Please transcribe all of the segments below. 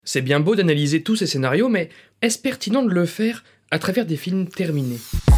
C'est bien beau d'analyser tous ces scénarios, mais est-ce pertinent de le faire à travers des films terminés ?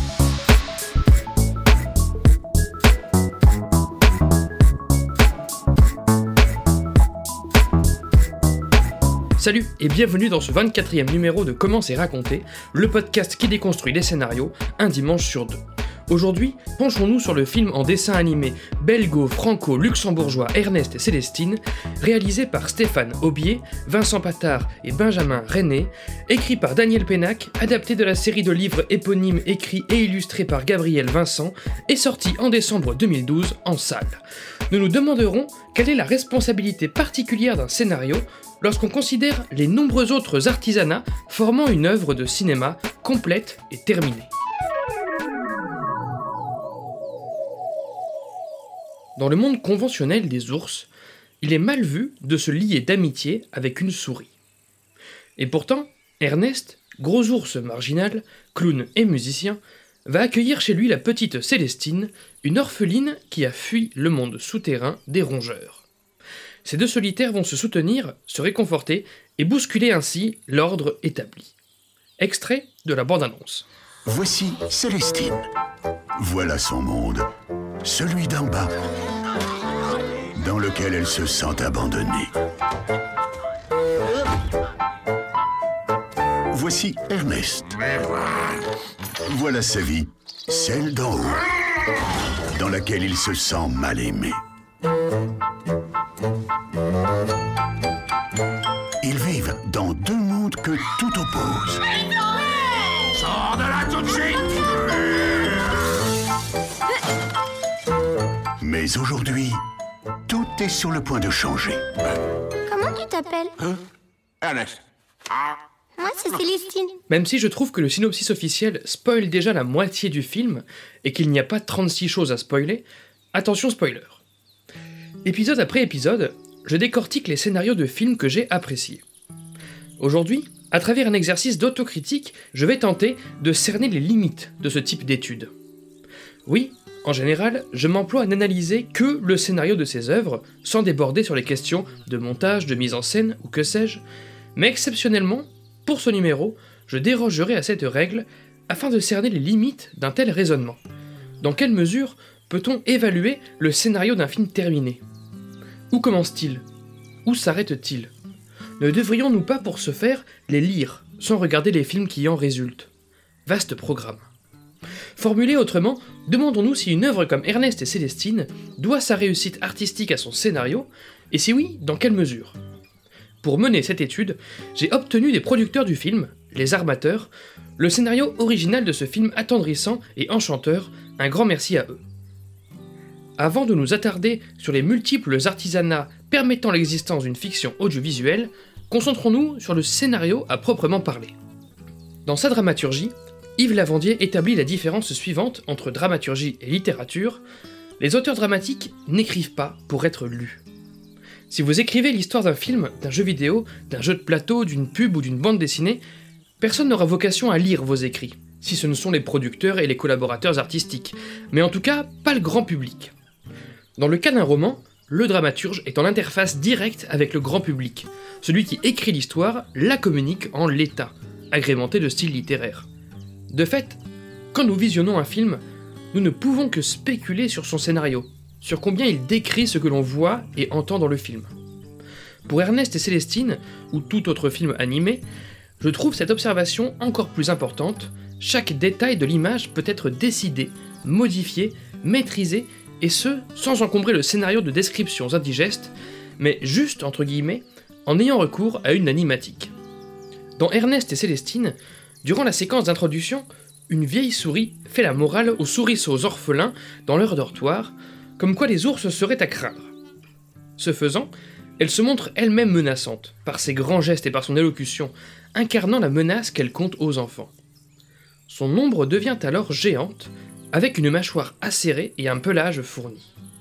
Salut et bienvenue dans ce 24e numéro de Comment c'est raconté, le podcast qui déconstruit les scénarios un dimanche sur deux. Aujourd'hui, penchons-nous sur le film en dessin animé belgo-franco-luxembourgeois Ernest et Célestine, réalisé par Stéphane Aubier, Vincent Patard et Benjamin René, écrit par Daniel Pénac, adapté de la série de livres éponymes écrits et illustrés par Gabriel Vincent, et sorti en décembre 2012 en salle. Nous nous demanderons quelle est la responsabilité particulière d'un scénario lorsqu'on considère les nombreux autres artisanats formant une œuvre de cinéma complète et terminée. Dans le monde conventionnel des ours, il est mal vu de se lier d'amitié avec une souris. Et pourtant, Ernest, gros ours marginal, clown et musicien, va accueillir chez lui la petite Célestine, une orpheline qui a fui le monde souterrain des rongeurs. Ces deux solitaires vont se soutenir, se réconforter et bousculer ainsi l'ordre établi. Extrait de la bande-annonce. Voici Célestine. Voilà son monde, celui d'en bas, dans lequel elle se sent abandonnée. Voici Ernest. Voilà sa vie, celle d'en haut, dans laquelle il se sent mal aimé. Ils vivent dans deux mondes que tout oppose. Sors de là tout de suite! Mais aujourd'hui, tout est sur le point de changer. Comment tu t'appelles ? Ernest. Moi, c'est Célestine. Même si je trouve que le synopsis officiel spoil déjà la moitié du film et qu'il n'y a pas 36 choses à spoiler, attention spoiler. Épisode après épisode, je décortique les scénarios de films que j'ai appréciés. Aujourd'hui, à travers un exercice d'autocritique, je vais tenter de cerner les limites de ce type d'études. Oui, en général, je m'emploie à n'analyser que le scénario de ces œuvres, sans déborder sur les questions de montage, de mise en scène ou que sais-je, mais exceptionnellement, pour ce numéro, je dérogerai à cette règle afin de cerner les limites d'un tel raisonnement. Dans quelle mesure peut-on évaluer le scénario d'un film terminé ? Où commence-t-il ? Où s'arrête-t-il ? Ne devrions-nous pas pour ce faire les lire, sans regarder les films qui en résultent ? Vaste programme. Formulé autrement, demandons-nous si une œuvre comme Ernest et Célestine doit sa réussite artistique à son scénario, et si oui, dans quelle mesure ? Pour mener cette étude, j'ai obtenu des producteurs du film, les armateurs, le scénario original de ce film attendrissant et enchanteur, un grand merci à eux. Avant de nous attarder sur les multiples artisanats permettant l'existence d'une fiction audiovisuelle, concentrons-nous sur le scénario à proprement parler. Dans sa dramaturgie, Yves Lavandier établit la différence suivante entre dramaturgie et littérature. Les auteurs dramatiques n'écrivent pas pour être lus. Si vous écrivez l'histoire d'un film, d'un jeu vidéo, d'un jeu de plateau, d'une pub ou d'une bande dessinée, personne n'aura vocation à lire vos écrits, si ce ne sont les producteurs et les collaborateurs artistiques, mais en tout cas pas le grand public. Dans le cas d'un roman, le dramaturge est en interface directe avec le grand public. Celui qui écrit l'histoire la communique en l'état, agrémenté de style littéraire. De fait, quand nous visionnons un film, nous ne pouvons que spéculer sur son scénario, sur combien il décrit ce que l'on voit et entend dans le film. Pour Ernest et Célestine, ou tout autre film animé, je trouve cette observation encore plus importante. Chaque détail de l'image peut être décidé, modifié, maîtrisé, et ce, sans encombrer le scénario de descriptions indigestes, mais juste, entre guillemets, en ayant recours à une animatique. Dans Ernest et Célestine, durant la séquence d'introduction, une vieille souris fait la morale aux souriceaux orphelins dans leur dortoir, comme quoi les ours seraient à craindre. Ce faisant, elle se montre elle-même menaçante, par ses grands gestes et par son élocution, incarnant la menace qu'elle compte aux enfants. Son ombre devient alors géante, avec une mâchoire acérée et un pelage fourni.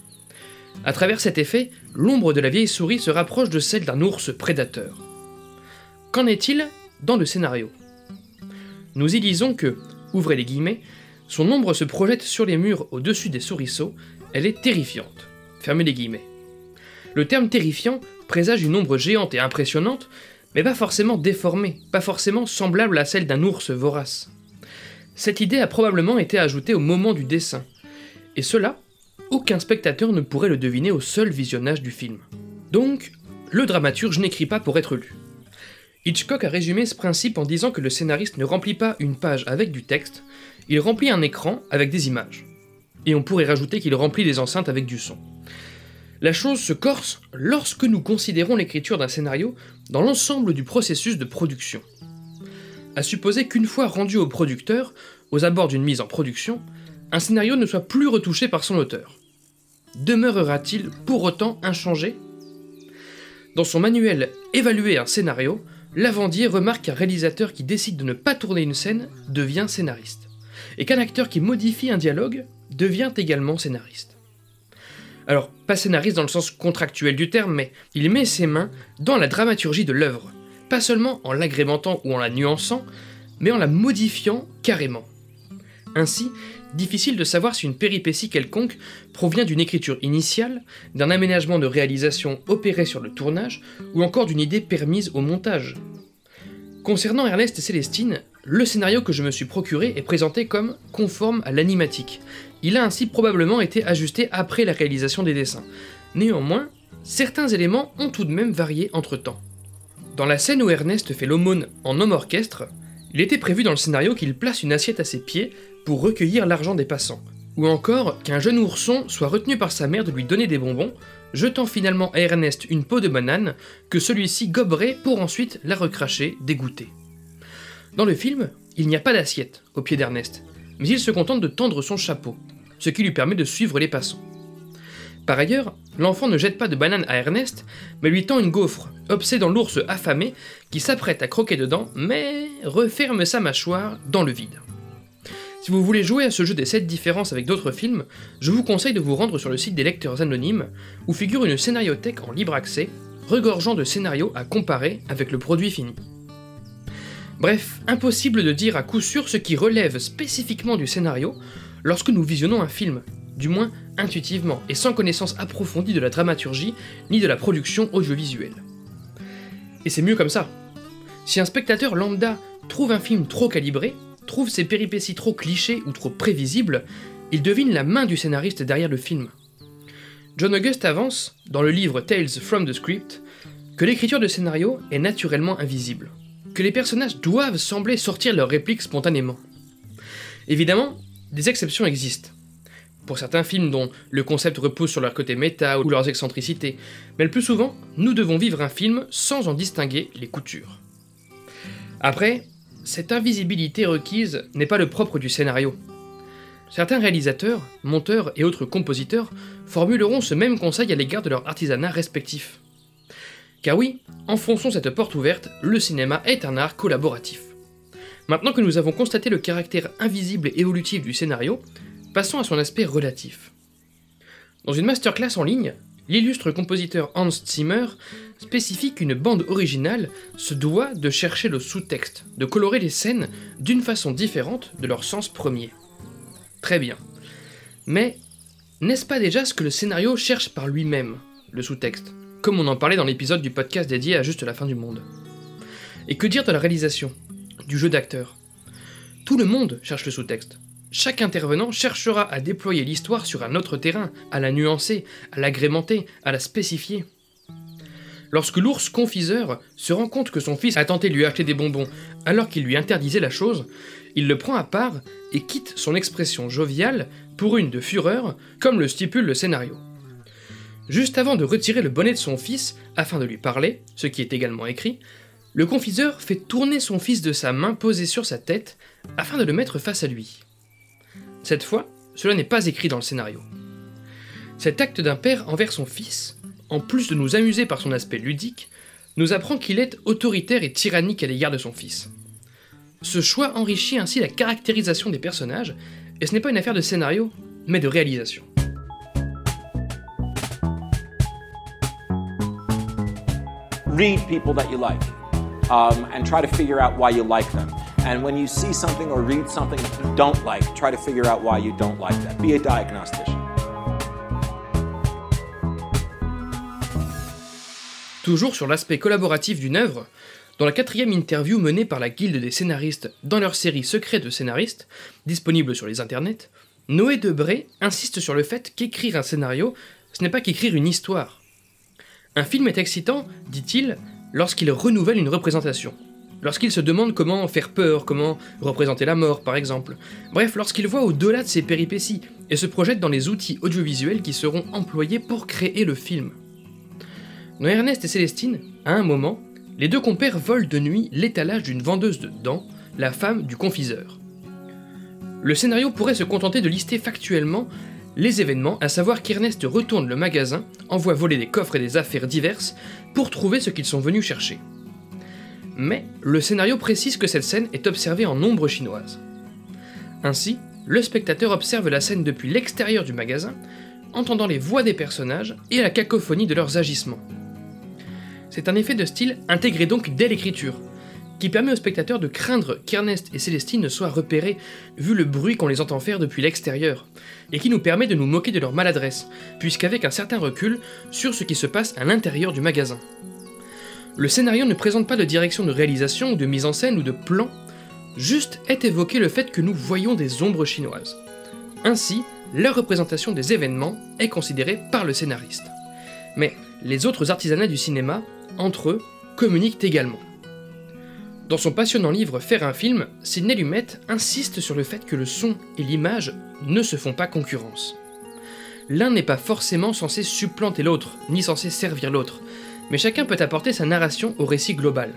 À travers cet effet, l'ombre de la vieille souris se rapproche de celle d'un ours prédateur. Qu'en est-il dans le scénario ? Nous y lisons que, ouvrez les guillemets, son ombre se projette sur les murs au-dessus des souriceaux, elle est terrifiante. Fermez les guillemets. Le terme terrifiant présage une ombre géante et impressionnante, mais pas forcément déformée, pas forcément semblable à celle d'un ours vorace. Cette idée a probablement été ajoutée au moment du dessin, et cela, aucun spectateur ne pourrait le deviner au seul visionnage du film. Donc, le dramaturge n'écrit pas pour être lu. Hitchcock a résumé ce principe en disant que le scénariste ne remplit pas une page avec du texte, il remplit un écran avec des images. Et on pourrait rajouter qu'il remplit les enceintes avec du son. La chose se corse lorsque nous considérons l'écriture d'un scénario dans l'ensemble du processus de production. À supposer qu'une fois rendu au producteur, aux abords d'une mise en production, un scénario ne soit plus retouché par son auteur. Demeurera-t-il pour autant inchangé ? Dans son manuel « Évaluer un scénario », Lavandier remarque qu'un réalisateur qui décide de ne pas tourner une scène devient scénariste, et qu'un acteur qui modifie un dialogue devient également scénariste. Alors, pas scénariste dans le sens contractuel du terme, mais il met ses mains dans la dramaturgie de l'œuvre, pas seulement en l'agrémentant ou en la nuançant, mais en la modifiant carrément. Ainsi, difficile de savoir si une péripétie quelconque provient d'une écriture initiale, d'un aménagement de réalisation opéré sur le tournage, ou encore d'une idée permise au montage. Concernant Ernest et Célestine, le scénario que je me suis procuré est présenté comme conforme à l'animatique. Il a ainsi probablement été ajusté après la réalisation des dessins. Néanmoins, certains éléments ont tout de même varié entre-temps. Dans la scène où Ernest fait l'aumône en homme orchestre, il était prévu dans le scénario qu'il place une assiette à ses pieds pour recueillir l'argent des passants, ou encore qu'un jeune ourson soit retenu par sa mère de lui donner des bonbons, jetant finalement à Ernest une peau de banane que celui-ci goberait pour ensuite la recracher dégoûté. Dans le film, il n'y a pas d'assiette au pied d'Ernest, mais il se contente de tendre son chapeau, ce qui lui permet de suivre les passants. Par ailleurs, l'enfant ne jette pas de banane à Ernest, mais lui tend une gaufre, obsédant l'ours affamé qui s'apprête à croquer dedans, mais referme sa mâchoire dans le vide. Si vous voulez jouer à ce jeu des 7 différences avec d'autres films, je vous conseille de vous rendre sur le site des lecteurs anonymes, où figure une scénariothèque en libre accès, regorgeant de scénarios à comparer avec le produit fini. Bref, impossible de dire à coup sûr ce qui relève spécifiquement du scénario lorsque nous visionnons un film, du moins intuitivement et sans connaissance approfondie de la dramaturgie ni de la production audiovisuelle. Et c'est mieux comme ça. Si un spectateur lambda trouve un film trop calibré, trouve ses péripéties trop clichés ou trop prévisibles, il devine la main du scénariste derrière le film. John August avance, dans le livre Tales from the Script, que l'écriture de scénario est naturellement invisible, que les personnages doivent sembler sortir leurs répliques spontanément. Évidemment, des exceptions existent. Pour certains films dont le concept repose sur leur côté méta ou leurs excentricités, mais le plus souvent, nous devons vivre un film sans en distinguer les coutures. Après, cette invisibilité requise n'est pas le propre du scénario. Certains réalisateurs, monteurs et autres compositeurs formuleront ce même conseil à l'égard de leur artisanat respectif. Car oui, enfonçons cette porte ouverte, le cinéma est un art collaboratif. Maintenant que nous avons constaté le caractère invisible et évolutif du scénario, passons à son aspect relatif. Dans une masterclass en ligne, l'illustre compositeur Hans Zimmer spécifie qu'une bande originale se doit de chercher le sous-texte, de colorer les scènes d'une façon différente de leur sens premier. Très bien. Mais n'est-ce pas déjà ce que le scénario cherche par lui-même, le sous-texte, comme on en parlait dans l'épisode du podcast dédié à Juste la fin du monde? Et que dire de la réalisation, du jeu d'acteur? Tout le monde cherche le sous-texte. Chaque intervenant cherchera à déployer l'histoire sur un autre terrain, à la nuancer, à l'agrémenter, à la spécifier. Lorsque l'ours confiseur se rend compte que son fils a tenté de lui acheter des bonbons alors qu'il lui interdisait la chose, il le prend à part et quitte son expression joviale pour une de fureur, comme le stipule le scénario. Juste avant de retirer le bonnet de son fils afin de lui parler, ce qui est également écrit, le confiseur fait tourner son fils de sa main posée sur sa tête afin de le mettre face à lui. Cette fois, cela n'est pas écrit dans le scénario. Cet acte d'un père envers son fils, en plus de nous amuser par son aspect ludique, nous apprend qu'il est autoritaire et tyrannique à l'égard de son fils. Ce choix enrichit ainsi la caractérisation des personnages, et ce n'est pas une affaire de scénario, mais de réalisation. Read people that you like, and try to figure out why you like them. And when you see something or read something you don't like, try to figure out why you don't like that. Be a diagnostician. Toujours sur l'aspect collaboratif d'une œuvre, Dans la 4e interview menée par la Guilde des scénaristes dans leur série Secrets de scénaristes, disponible sur les internets, Noé Debré insiste sur le fait qu'écrire un scénario, ce n'est pas qu'écrire une histoire. Un film est excitant, dit-il, lorsqu'il renouvelle une représentation. Lorsqu'il se demande comment faire peur, comment représenter la mort par exemple. Bref, lorsqu'il voit au-delà de ses péripéties et se projette dans les outils audiovisuels qui seront employés pour créer le film. Dans Ernest et Célestine, à un moment, les deux compères volent de nuit l'étalage d'une vendeuse de dents, la femme du confiseur. Le scénario pourrait se contenter de lister factuellement les événements, à savoir qu'Ernest retourne le magasin, envoie voler des coffres et des affaires diverses pour trouver ce qu'ils sont venus chercher. Mais le scénario précise que cette scène est observée en ombre chinoise. Ainsi, le spectateur observe la scène depuis l'extérieur du magasin, entendant les voix des personnages et la cacophonie de leurs agissements. C'est un effet de style intégré donc dès l'écriture, qui permet au spectateur de craindre qu'Ernest et Célestine ne soient repérés vu le bruit qu'on les entend faire depuis l'extérieur, et qui nous permet de nous moquer de leur maladresse, puisqu'avec un certain recul sur ce qui se passe à l'intérieur du magasin. Le scénario ne présente pas de direction de réalisation ou de mise en scène ou de plan, juste est évoqué le fait que nous voyons des ombres chinoises. Ainsi, leur représentation des événements est considérée par le scénariste. Mais les autres artisanats du cinéma, entre eux, communiquent également. Dans son passionnant livre Faire un film, Sidney Lumet insiste sur le fait que le son et l'image ne se font pas concurrence. L'un n'est pas forcément censé supplanter l'autre, ni censé servir l'autre, mais chacun peut apporter sa narration au récit global.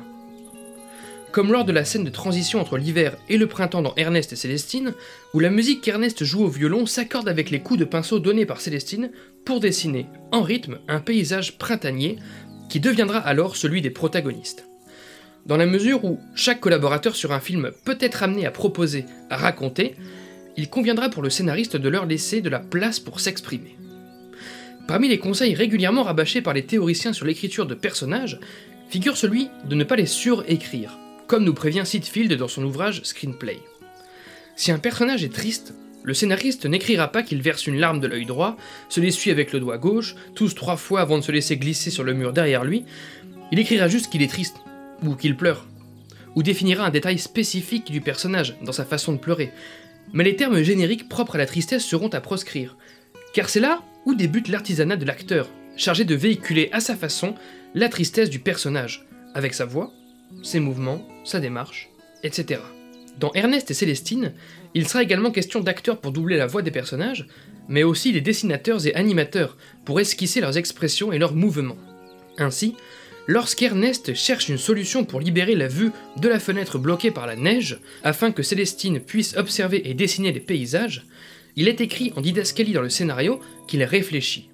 Comme lors de la scène de transition entre l'hiver et le printemps dans Ernest et Célestine, où la musique qu'Ernest joue au violon s'accorde avec les coups de pinceau donnés par Célestine pour dessiner, en rythme, un paysage printanier qui deviendra alors celui des protagonistes. Dans la mesure où chaque collaborateur sur un film peut être amené à proposer, à raconter, il conviendra pour le scénariste de leur laisser de la place pour s'exprimer. Parmi les conseils régulièrement rabâchés par les théoriciens sur l'écriture de personnages, figure celui de ne pas les surécrire, comme nous prévient Sitfield dans son ouvrage Screenplay. Si un personnage est triste, le scénariste n'écrira pas qu'il verse une larme de l'œil droit, se l'essuie avec le doigt gauche, tousse 3 fois avant de se laisser glisser sur le mur derrière lui, il écrira juste qu'il est triste, ou qu'il pleure, ou définira un détail spécifique du personnage dans sa façon de pleurer, mais les termes génériques propres à la tristesse seront à proscrire, car c'est là où débute l'artisanat de l'acteur, chargé de véhiculer à sa façon la tristesse du personnage, avec sa voix, ses mouvements, sa démarche, etc. Dans Ernest et Célestine, il sera également question d'acteurs pour doubler la voix des personnages, mais aussi des dessinateurs et animateurs pour esquisser leurs expressions et leurs mouvements. Ainsi, lorsqu'Ernest cherche une solution pour libérer la vue de la fenêtre bloquée par la neige, afin que Célestine puisse observer et dessiner les paysages, il est écrit en didascalie dans le scénario qu'il réfléchit.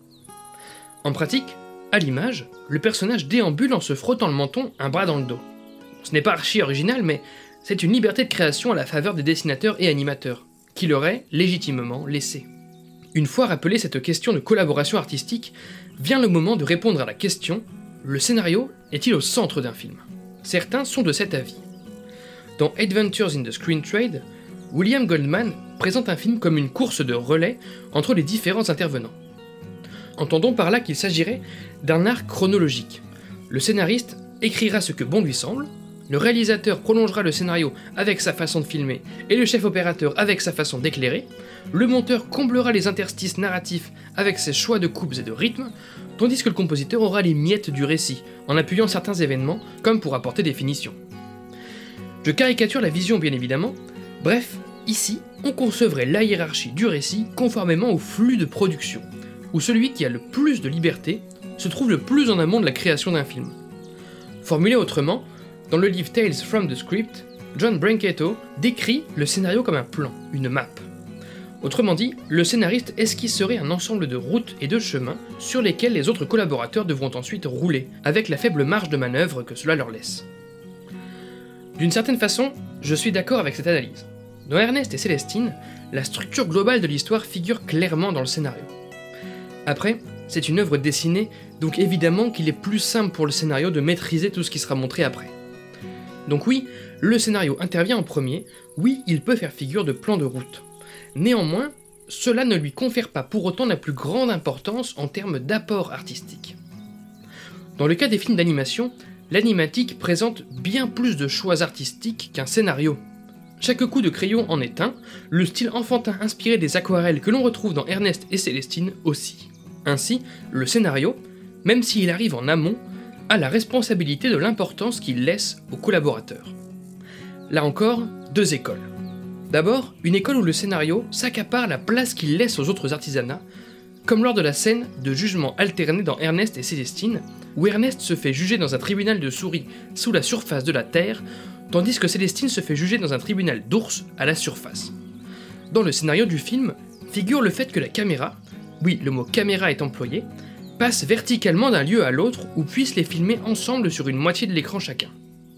En pratique, à l'image, le personnage déambule en se frottant le menton, un bras dans le dos. Ce n'est pas archi original, mais c'est une liberté de création à la faveur des dessinateurs et animateurs, qui leur est légitimement laissée. Une fois rappelée cette question de collaboration artistique, vient le moment de répondre à la question: le scénario est-il au centre d'un film ? Certains sont de cet avis. Dans Adventures in the Screen Trade, William Goldman présente un film comme une course de relais entre les différents intervenants. Entendons par là qu'il s'agirait d'un art chronologique. Le scénariste écrira ce que bon lui semble, le réalisateur prolongera le scénario avec sa façon de filmer et le chef opérateur avec sa façon d'éclairer, le monteur comblera les interstices narratifs avec ses choix de coupes et de rythmes, tandis que le compositeur aura les miettes du récit, en appuyant certains événements comme pour apporter des finitions. Je caricature la vision bien évidemment, bref, ici, on concevrait la hiérarchie du récit conformément au flux de production, où celui qui a le plus de liberté se trouve le plus en amont de la création d'un film. Formulé autrement, dans le livre Tales from the Script, John Branchetto décrit le scénario comme un plan, une map. Autrement dit, le scénariste esquisserait un ensemble de routes et de chemins sur lesquels les autres collaborateurs devront ensuite rouler, avec la faible marge de manœuvre que cela leur laisse. D'une certaine façon, je suis d'accord avec cette analyse. Dans Ernest et Célestine, la structure globale de l'histoire figure clairement dans le scénario. Après, c'est une œuvre dessinée, donc évidemment qu'il est plus simple pour le scénario de maîtriser tout ce qui sera montré après. Donc oui, le scénario intervient en premier, oui, il peut faire figure de plan de route. Néanmoins, cela ne lui confère pas pour autant la plus grande importance en termes d'apport artistique. Dans le cas des films d'animation, l'animatique présente bien plus de choix artistiques qu'un scénario. Chaque coup de crayon en est un, le style enfantin inspiré des aquarelles que l'on retrouve dans Ernest et Célestine aussi. Ainsi, le scénario, même s'il arrive en amont, a la responsabilité de l'importance qu'il laisse aux collaborateurs. Là encore, deux écoles. D'abord, une école où le scénario s'accapare la place qu'il laisse aux autres artisanats, comme lors de la scène de jugement alterné dans Ernest et Célestine, où Ernest se fait juger dans un tribunal de souris sous la surface de la Terre, tandis que Célestine se fait juger dans un tribunal d'ours à la surface. Dans le scénario du film, figure le fait que la caméra, oui, le mot caméra est employé, passe verticalement d'un lieu à l'autre ou puisse les filmer ensemble sur une moitié de l'écran chacun.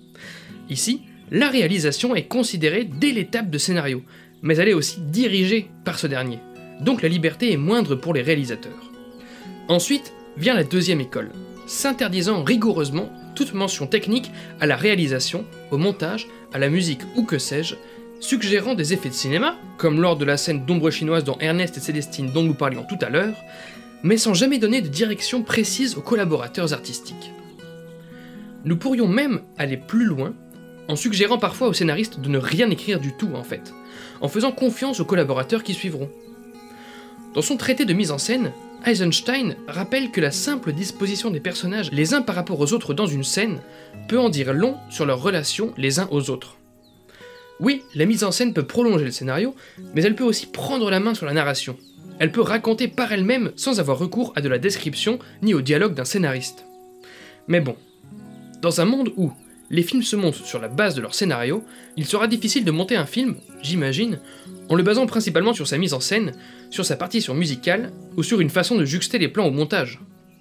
Ici, la réalisation est considérée dès l'étape de scénario, mais elle est aussi dirigée par ce dernier, donc la liberté est moindre pour les réalisateurs. Ensuite vient la deuxième école, s'interdisant rigoureusement toute mention technique à la réalisation, au montage, à la musique ou que sais-je, suggérant des effets de cinéma, comme lors de la scène d'ombre chinoise dans Ernest et Célestine dont nous parlions tout à l'heure, mais sans jamais donner de direction précise aux collaborateurs artistiques. Nous pourrions même aller plus loin, en suggérant parfois aux scénaristes de ne rien écrire du tout en fait, en faisant confiance aux collaborateurs qui suivront. Dans son traité de mise en scène, Eisenstein rappelle que la simple disposition des personnages les uns par rapport aux autres dans une scène peut en dire long sur leurs relations les uns aux autres. Oui, la mise en scène peut prolonger le scénario, mais elle peut aussi prendre la main sur la narration. Elle peut raconter par elle-même sans avoir recours à de la description ni au dialogue d'un scénariste. Mais bon, dans un monde où les films se montent sur la base de leur scénario, il sera difficile de monter un film, j'imagine, en le basant principalement sur sa mise en scène, sur sa partition musicale, ou sur une façon de juxter les plans au montage.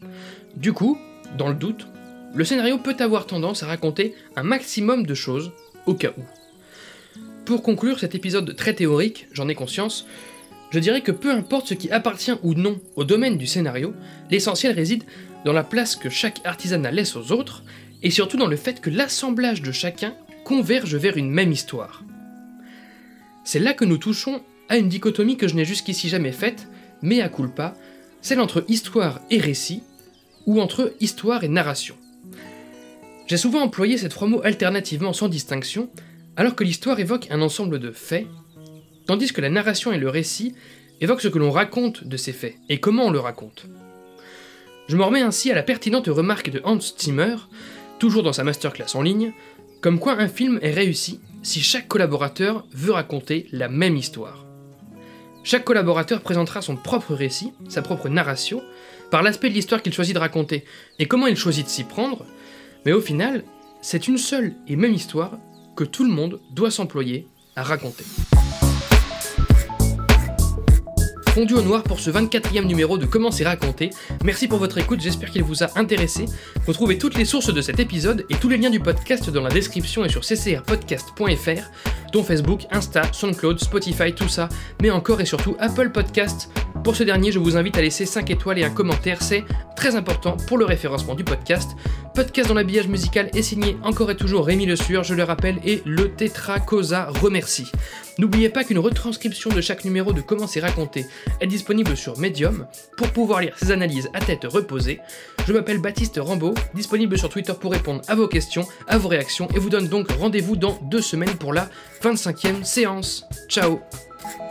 Du coup, dans le doute, le scénario peut avoir tendance à raconter un maximum de choses, au cas où. Pour conclure cet épisode très théorique, j'en ai conscience, je dirais que peu importe ce qui appartient ou non au domaine du scénario, l'essentiel réside dans la place que chaque artisanat laisse aux autres, et surtout dans le fait que l'assemblage de chacun converge vers une même histoire. C'est là que nous touchons à une dichotomie que je n'ai jusqu'ici jamais faite, mea culpa, celle entre histoire et récit, ou entre histoire et narration. J'ai souvent employé ces trois mots alternativement sans distinction, alors que l'histoire évoque un ensemble de faits, tandis que la narration et le récit évoquent ce que l'on raconte de ces faits, et comment on le raconte. Je m'en remets ainsi à la pertinente remarque de Hans Zimmer, toujours dans sa masterclass en ligne, comme quoi un film est réussi si chaque collaborateur veut raconter la même histoire. Chaque collaborateur présentera son propre récit, sa propre narration, par l'aspect de l'histoire qu'il choisit de raconter et comment il choisit de s'y prendre, mais au final, c'est une seule et même histoire que tout le monde doit s'employer à raconter. Fondu au noir pour ce 24e numéro de Comment c'est raconté. Merci pour votre écoute, j'espère qu'il vous a intéressé. Vous trouvez toutes les sources de cet épisode et tous les liens du podcast dans la description et sur ccrpodcast.fr, dont Facebook, Insta, SoundCloud, Spotify, tout ça, mais encore et surtout Apple Podcast. Pour ce dernier, je vous invite à laisser 5 étoiles et un commentaire, c'est très important pour le référencement du podcast. Podcast dont l'habillage musical est signé encore et toujours Rémi Le Sueur, je le rappelle, et le Tetra Cosa remercie. N'oubliez pas qu'une retranscription de chaque numéro de Comment c'est raconté est disponible sur Medium pour pouvoir lire ces analyses à tête reposée. Je m'appelle Baptiste Rambaud, disponible sur Twitter pour répondre à vos questions, à vos réactions, et vous donne donc rendez-vous dans 2 semaines pour la 25e séance. Ciao!